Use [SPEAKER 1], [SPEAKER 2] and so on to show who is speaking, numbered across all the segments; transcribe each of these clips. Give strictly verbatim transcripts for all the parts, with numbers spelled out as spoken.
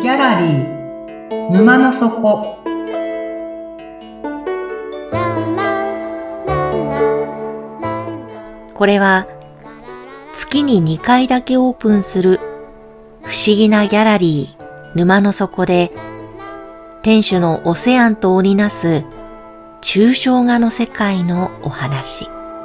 [SPEAKER 1] ギャラリー沼の底。
[SPEAKER 2] これは月ににかいだけオープンする不思議なギャラリー沼の底で、店主のオセアンと織りなす抽象画の世界のお話。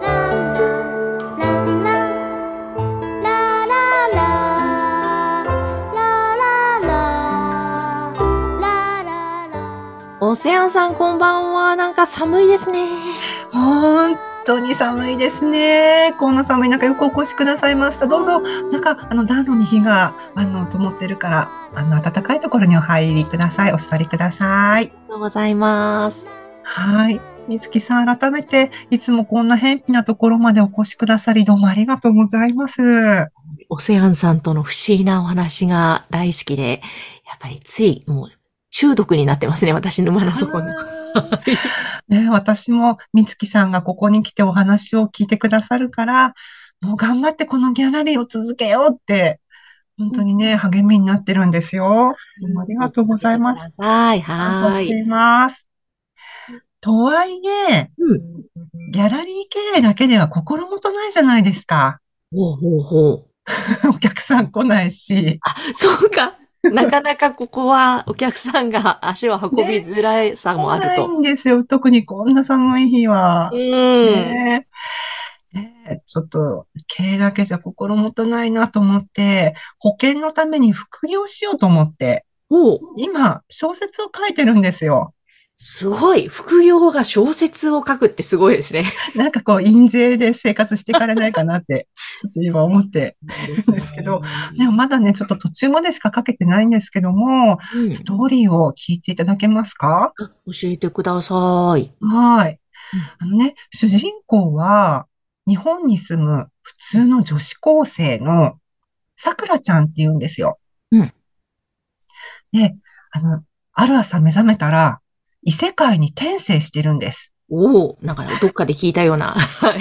[SPEAKER 2] オセアンさん、こんばんは。なんか寒いですね。
[SPEAKER 1] 本当に寒いですね。こんな寒い中よくお越しくださいました。どうぞ、なんかあの暖炉に火があの灯ってるから、あの暖かいところにお入りください。お座りください。
[SPEAKER 2] ありがとうございます。
[SPEAKER 1] はい。みつきさん、改めていつもこんな偏僻なところまでお越しくださり、どうもありがとうございます。
[SPEAKER 2] オセアンさんとの不思議なお話が大好きで、やっぱりついもう中毒になってますね、私沼の底の。
[SPEAKER 1] ね、私もみつきさんがここに来てお話を聞いてくださるから、もう頑張ってこのギャラリーを続けようって、本当にね、励みになってるんですよ。どうもありがとうご
[SPEAKER 2] 続けてく
[SPEAKER 1] ざいます。
[SPEAKER 2] ださい。
[SPEAKER 1] 感謝
[SPEAKER 2] はーい。
[SPEAKER 1] しています。とはいえ、
[SPEAKER 2] うん。
[SPEAKER 1] ギャラリー経営だけでは心もとないじゃないですか。
[SPEAKER 2] ほうほうほう。
[SPEAKER 1] お客さん来ないし。
[SPEAKER 2] あ、そうか。なかなかここはお客さんが足を運び
[SPEAKER 1] ね、
[SPEAKER 2] づらいさも
[SPEAKER 1] 来ない
[SPEAKER 2] あると。
[SPEAKER 1] んですよ。特にこんな寒い日
[SPEAKER 2] う
[SPEAKER 1] は。
[SPEAKER 2] ん。
[SPEAKER 1] ねえ。ねえ、ちょっと、経営だけじゃ心もとないなと思って、保険のために副業しようと思って、
[SPEAKER 2] ほう。
[SPEAKER 1] 今、小説を書いてるんですよ。
[SPEAKER 2] すごい。副業が小説を書くってすごいですね。
[SPEAKER 1] なんかこう、印税で生活していかれないかなって、ちょっと今思って
[SPEAKER 2] いいですね。
[SPEAKER 1] るんですけど、でもまだね、ちょっと途中までしか書けてないんですけども、ス
[SPEAKER 2] うん。
[SPEAKER 1] トーリーを聞いていただけますか？
[SPEAKER 2] あ、教えてください。
[SPEAKER 1] はい。
[SPEAKER 2] うん。
[SPEAKER 1] あのね、主人公は、日本に住む普通の女子高生のさくらちゃんって言うんですよ。
[SPEAKER 2] うん。
[SPEAKER 1] で、あの、ある朝目覚めたら、異世界に転生してるんです。
[SPEAKER 2] おお、なんかどっかで聞いたような。はい。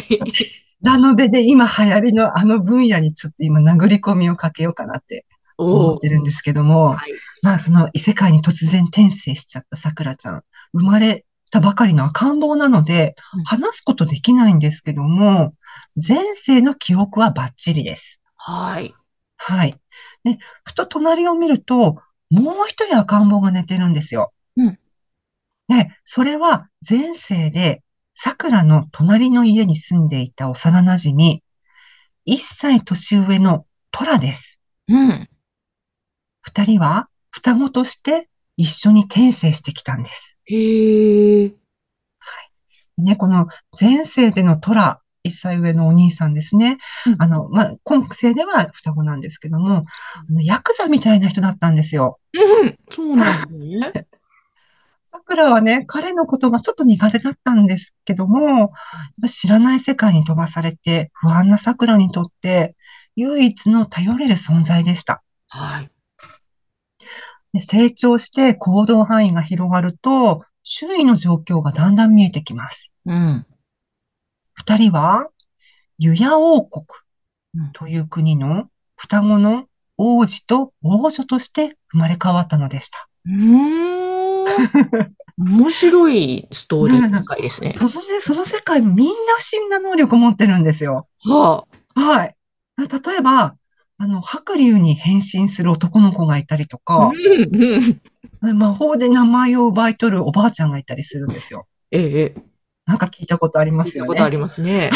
[SPEAKER 1] ラノベで今流行りのあの分野にちょっと今殴り込みをかけようかなって思
[SPEAKER 2] おお、
[SPEAKER 1] ってるんですけども、
[SPEAKER 2] はい。
[SPEAKER 1] まあその異世界に突然転生しちゃったさくらちゃん、生まれたばかりの赤ん坊なので、
[SPEAKER 2] うん。
[SPEAKER 1] 話すことできないんですけども、前世の記憶はバッチリです。
[SPEAKER 2] はい。
[SPEAKER 1] はい。で、ふと隣を見ると、もう一人赤ん坊が寝てるんですよ。
[SPEAKER 2] うん。
[SPEAKER 1] で、それは前世で、桜の隣の家に住んでいた幼馴染、いっさい年上のトラです。
[SPEAKER 2] うん。
[SPEAKER 1] 二人は双子として一緒に転生してきたんです。
[SPEAKER 2] へえ。
[SPEAKER 1] ね、この前世でのトラ、いっさい上のお兄さんですね。
[SPEAKER 2] うん。
[SPEAKER 1] あの、まあ、今世では双子なんですけども、あの、ヤクザみたいな人だったんですよ。
[SPEAKER 2] うん、そうなんですね。
[SPEAKER 1] 桜はね、彼のことがちょっと苦手だったんですけども、やっぱ知らない世界に飛ばされて、不安な桜にとって、唯一の頼れる存在でした。
[SPEAKER 2] はい。
[SPEAKER 1] で成長して行動範囲が広がると、周囲の状況がだんだん見えてきます。
[SPEAKER 2] うん。
[SPEAKER 1] 二人は、ユヤ王国
[SPEAKER 2] うん。
[SPEAKER 1] という国の双子の王子と王女として生まれ変わったのでした。
[SPEAKER 2] うーん。面白いストーリー
[SPEAKER 1] ねえ、
[SPEAKER 2] 深いですね。
[SPEAKER 1] そのね、その世界みんな不思議な能力を持ってるんですよ。
[SPEAKER 2] はあ。
[SPEAKER 1] はい。例えば、あの、白龍に変身する男の子がいたりと
[SPEAKER 2] うん、
[SPEAKER 1] か、
[SPEAKER 2] うん。
[SPEAKER 1] 魔法で名前を奪い取るおばあちゃんがいたりするんですよ。
[SPEAKER 2] ええ、ええ。
[SPEAKER 1] なんか聞いたことありま
[SPEAKER 2] 聞い
[SPEAKER 1] すよね。
[SPEAKER 2] たことありますね。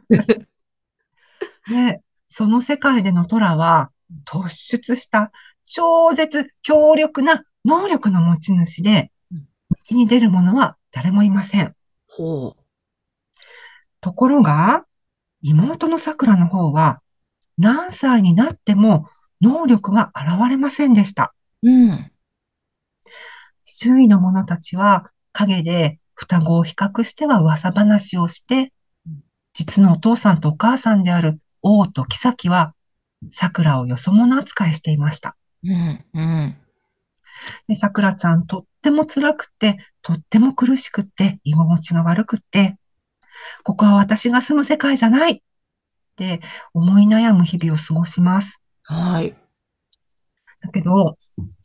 [SPEAKER 1] で、その世界でのトラは突出した超絶強力な能力の持ち主で、
[SPEAKER 2] うん。
[SPEAKER 1] 右に出る者は誰もいません。
[SPEAKER 2] ほう。
[SPEAKER 1] ところが、妹の桜の方は何歳になっても能力が現れませんでした。
[SPEAKER 2] うん。
[SPEAKER 1] 周囲の者たちは陰で双子を比較しては噂話をして、実のお父さんとお母さんである王と妃は桜をよそ者扱いしていました。
[SPEAKER 2] うん、うん。
[SPEAKER 1] で、桜ちゃんとっても辛くて、とっても苦しくって、居心地が悪くって、ここは私が住む世界じゃないって思い悩む日々を過ごします。
[SPEAKER 2] はい。
[SPEAKER 1] だけど、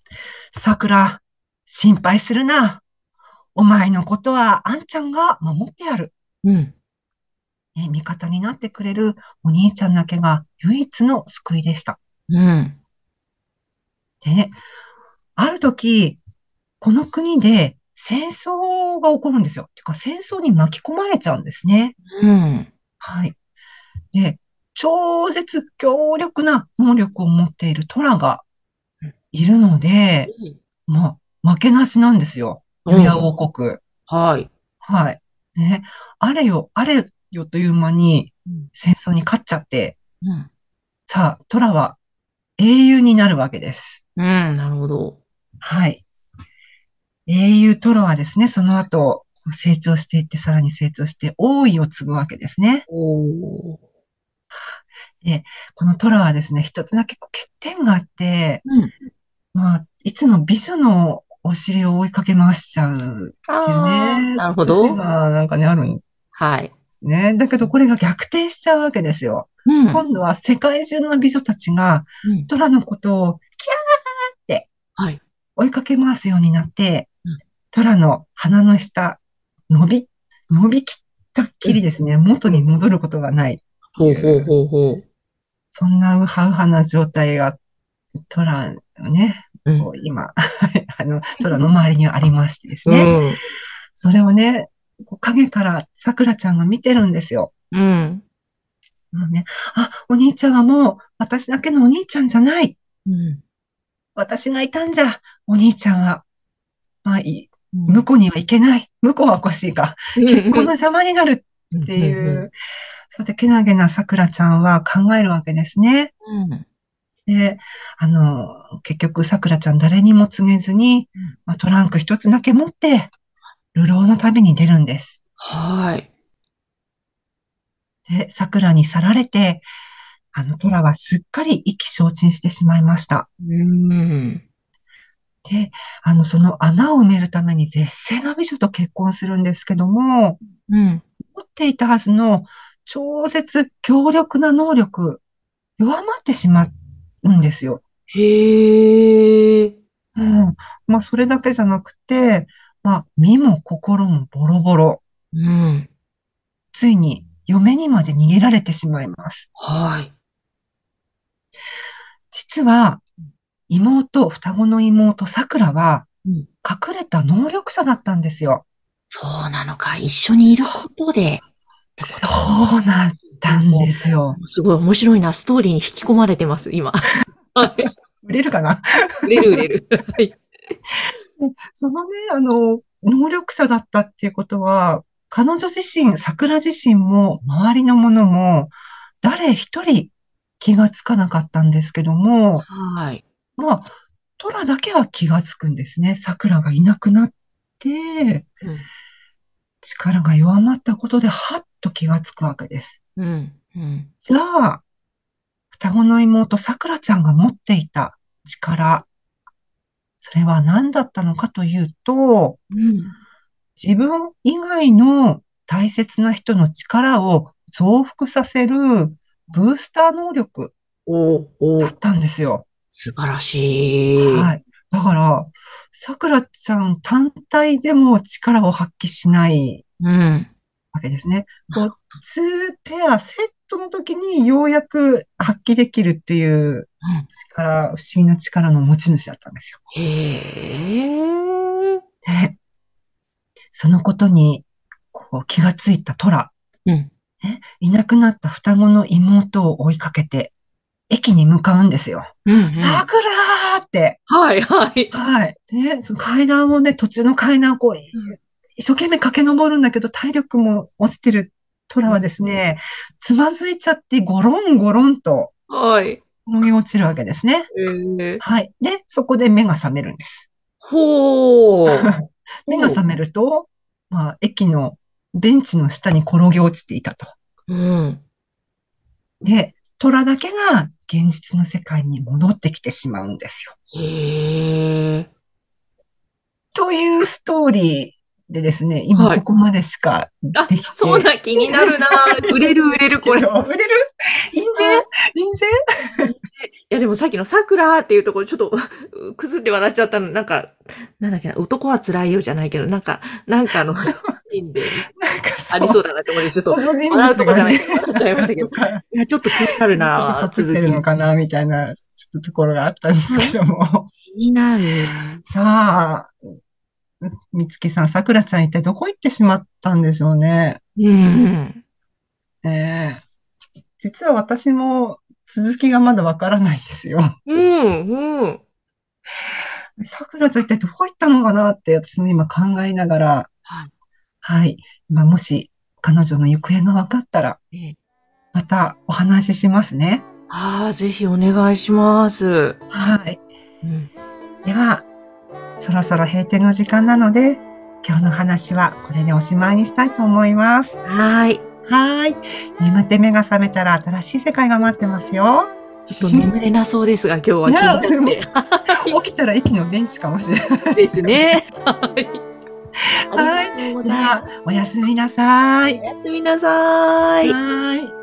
[SPEAKER 1] 桜、心配するな。お前のことはあんちゃんが守ってやる。
[SPEAKER 2] うん。
[SPEAKER 1] ね、味方になってくれるお兄ちゃんだけが唯一の救いでした。
[SPEAKER 2] うん。
[SPEAKER 1] でね、ある時、この国で戦争が起こるんですよ。てか戦争に巻き込まれちゃうんですね。
[SPEAKER 2] うん。
[SPEAKER 1] はい。で、超絶強力な能力を持っているトラがいるので、まあ、負けなしなんですよ。
[SPEAKER 2] うん。
[SPEAKER 1] ユヤ王国。
[SPEAKER 2] はい。
[SPEAKER 1] はい。ね。あれよ、あれよという間に
[SPEAKER 2] うん。
[SPEAKER 1] 戦争に勝っちゃって、
[SPEAKER 2] うん。
[SPEAKER 1] さあ、トラは英雄になるわけです。
[SPEAKER 2] うん。なるほど。
[SPEAKER 1] はい。英雄トラはですね、その後、成長していって、さらに成長して、王位を継ぐわけですね。
[SPEAKER 2] おー。
[SPEAKER 1] で、このトラはですね、一つだけこう欠点があって、
[SPEAKER 2] うん。
[SPEAKER 1] まあ、いつも美女のお尻を追いかけ回しちゃうっていう
[SPEAKER 2] ああ、
[SPEAKER 1] ね、
[SPEAKER 2] なるほ
[SPEAKER 1] 癖
[SPEAKER 2] ど。
[SPEAKER 1] がなんかね、あるんです
[SPEAKER 2] はい。
[SPEAKER 1] ね。だけどこれが逆転しちゃうわけですよ。
[SPEAKER 2] うん。
[SPEAKER 1] 今度は世界中の美女たちが
[SPEAKER 2] うん。
[SPEAKER 1] トラのことをキャーって
[SPEAKER 2] はい。
[SPEAKER 1] 追いかけ回すようになって、
[SPEAKER 2] うん。
[SPEAKER 1] トラの鼻の下、伸び、伸びきったっ
[SPEAKER 2] うん。
[SPEAKER 1] きりですね、元
[SPEAKER 2] うん。
[SPEAKER 1] に戻ることがないって
[SPEAKER 2] ほうほう
[SPEAKER 1] いう、
[SPEAKER 2] ほうほ
[SPEAKER 1] そんなウハウハな状態がトラのね、
[SPEAKER 2] う。うん。
[SPEAKER 1] こう今、あの、トラの周りにありましてです
[SPEAKER 2] う
[SPEAKER 1] ね。
[SPEAKER 2] ん。
[SPEAKER 1] それをね、こう影から桜ちゃんが見てるんですよ。
[SPEAKER 2] うん。
[SPEAKER 1] もうね、あ、お兄ちゃんはもう私だけのお兄ちゃんじゃない。
[SPEAKER 2] うん。
[SPEAKER 1] 私がいたんじゃ、お兄ちゃんは。まあいい。
[SPEAKER 2] うん。
[SPEAKER 1] 婿には行けない。婿はおかしいか。
[SPEAKER 2] うん。
[SPEAKER 1] 結婚の
[SPEAKER 2] うん。
[SPEAKER 1] 邪魔になるっていう、そうで、けなげな桜ちゃんは考えるわけですね。
[SPEAKER 2] うん。
[SPEAKER 1] で、あの、結局桜ちゃん誰にも告げずに、
[SPEAKER 2] うん。
[SPEAKER 1] まあ、トランク一つだけ持って、流浪の旅に出るんです。
[SPEAKER 2] はい。
[SPEAKER 1] で、桜に去られて、あの、トラはすっかり意気消沈してしまいました。
[SPEAKER 2] うん。
[SPEAKER 1] で、あの、その穴を埋めるために絶世の美女と結婚するんですけども、
[SPEAKER 2] うん。
[SPEAKER 1] 持っていたはずの超絶強力な能力、弱まってしまうんですよ。
[SPEAKER 2] へえ。
[SPEAKER 1] うん。まあ、それだけじゃなくて、まあ、身も心もボロボロ。
[SPEAKER 2] うん。
[SPEAKER 1] ついに嫁にまで逃げられてしまいます。
[SPEAKER 2] はい。
[SPEAKER 1] 実は、妹、双子の妹、桜は、
[SPEAKER 2] うん。
[SPEAKER 1] 隠れた能力者だったんですよ。
[SPEAKER 2] そうなのか。一緒にいることで、ってこ
[SPEAKER 1] そ
[SPEAKER 2] とか。
[SPEAKER 1] うなったんですよ。
[SPEAKER 2] すごい面白いな。ストーリーに引き込まれてます、今。はい。
[SPEAKER 1] 売れるかな？
[SPEAKER 2] 売れる売れる。はい。
[SPEAKER 1] そのね、あの、能力者だったっていうことは、彼女自身、桜自身も、周りの者も、誰一人気がつかなかったんですけども、
[SPEAKER 2] はい。
[SPEAKER 1] まあ、トラだけは気がつくんですね。桜がいなくなって、
[SPEAKER 2] うん。
[SPEAKER 1] 力が弱まったことで、はっと気がつくわけです。
[SPEAKER 2] うん。うん。
[SPEAKER 1] じゃあ、双子の妹、桜ちゃんが持っていた力、それは何だったのかというと、
[SPEAKER 2] うん。
[SPEAKER 1] 自分以外の大切な人の力を増幅させるブースター能力
[SPEAKER 2] おお、
[SPEAKER 1] だったんですよ。
[SPEAKER 2] 素晴らしい。
[SPEAKER 1] はい。だから、桜ちゃん単体でも力を発揮しない
[SPEAKER 2] うん。
[SPEAKER 1] わけですね。こう、ツーペアセットの時にようやく発揮できるっていう
[SPEAKER 2] うん。
[SPEAKER 1] 力、不思議な力の持ち主だったんですよ。
[SPEAKER 2] へえ。
[SPEAKER 1] で、そのことに、こう、気がついたトラ。
[SPEAKER 2] うん。
[SPEAKER 1] ね、いなくなった双子の妹を追いかけて、駅に向かうんですよ。
[SPEAKER 2] うん。うん。
[SPEAKER 1] 桜ーって。
[SPEAKER 2] はいはい。
[SPEAKER 1] はい。ね、その階段をね、途中の階段をこう、一生懸命駆け上るんだけど、体力も落ちてるトラはですね、つまずいちゃってゴロンゴロンと
[SPEAKER 2] はい。
[SPEAKER 1] 転げ落ちるわけですね。
[SPEAKER 2] ええ。
[SPEAKER 1] はい。で、そこで目が覚めるんです。
[SPEAKER 2] ほう。
[SPEAKER 1] 目が
[SPEAKER 2] ほう。
[SPEAKER 1] 覚めると、まあ、駅のベンチの下に転げ落ちていたと。
[SPEAKER 2] うん。
[SPEAKER 1] で、虎だけが現実の世界に戻ってきてしまうんですよ。
[SPEAKER 2] へえ。
[SPEAKER 1] というストーリーでですね、今
[SPEAKER 2] はい。
[SPEAKER 1] ここまでしか
[SPEAKER 2] あ、
[SPEAKER 1] できて、
[SPEAKER 2] そうだ、気になるな。売れる売れる、これ。
[SPEAKER 1] けど、売れる印税印税
[SPEAKER 2] いや、 でもさっきの桜っていうところ、ちょっと、くずって笑っちゃったの。なんか、なんだっけな、男は辛いよじゃないけど、なんか、なんかあの、シーンで
[SPEAKER 1] なんか
[SPEAKER 2] ありそうだなって思って、ちょっと、
[SPEAKER 1] 登場人
[SPEAKER 2] 笑うとこじゃ
[SPEAKER 1] 物がね、
[SPEAKER 2] ないけど、笑っちゃいましたけど。
[SPEAKER 1] とか、
[SPEAKER 2] いや、ちょっと気になる
[SPEAKER 1] ちょっと
[SPEAKER 2] な、
[SPEAKER 1] パクってるのかな、みたいな、ちょっとところがあったんですけども。
[SPEAKER 2] 気になる。
[SPEAKER 1] さあ、みつきさん、さくらちゃん一体どこ行ってしまったんでしょうね。
[SPEAKER 2] うん。
[SPEAKER 1] ええ、実は私も続きがまだわからないんですよ。
[SPEAKER 2] うん、うん。
[SPEAKER 1] さくらちゃん一体どこ行ったのかなって私も今考えながら、
[SPEAKER 2] はい。
[SPEAKER 1] はい。まあ、もし彼女の行方が分かったら、
[SPEAKER 2] ええ、
[SPEAKER 1] またお話ししますね。
[SPEAKER 2] ああ、ぜひお願いします。
[SPEAKER 1] はい。
[SPEAKER 2] うん。
[SPEAKER 1] では、そろそろ閉店の時間なので、今日の話はこれでおしまいにしたいと思います。
[SPEAKER 2] はい。
[SPEAKER 1] はい。眠って目が覚めたら新しい世界が待ってますよ。
[SPEAKER 2] ちょっと眠れなそうですが、今日は気に
[SPEAKER 1] いや、でも、
[SPEAKER 2] なって。
[SPEAKER 1] 起きたら駅のベンチかもしれない。
[SPEAKER 2] ですね。はい。あり
[SPEAKER 1] はい。
[SPEAKER 2] がとうご
[SPEAKER 1] では、
[SPEAKER 2] ざいます。
[SPEAKER 1] おやすみなさい。
[SPEAKER 2] おやすみなさい。
[SPEAKER 1] はい。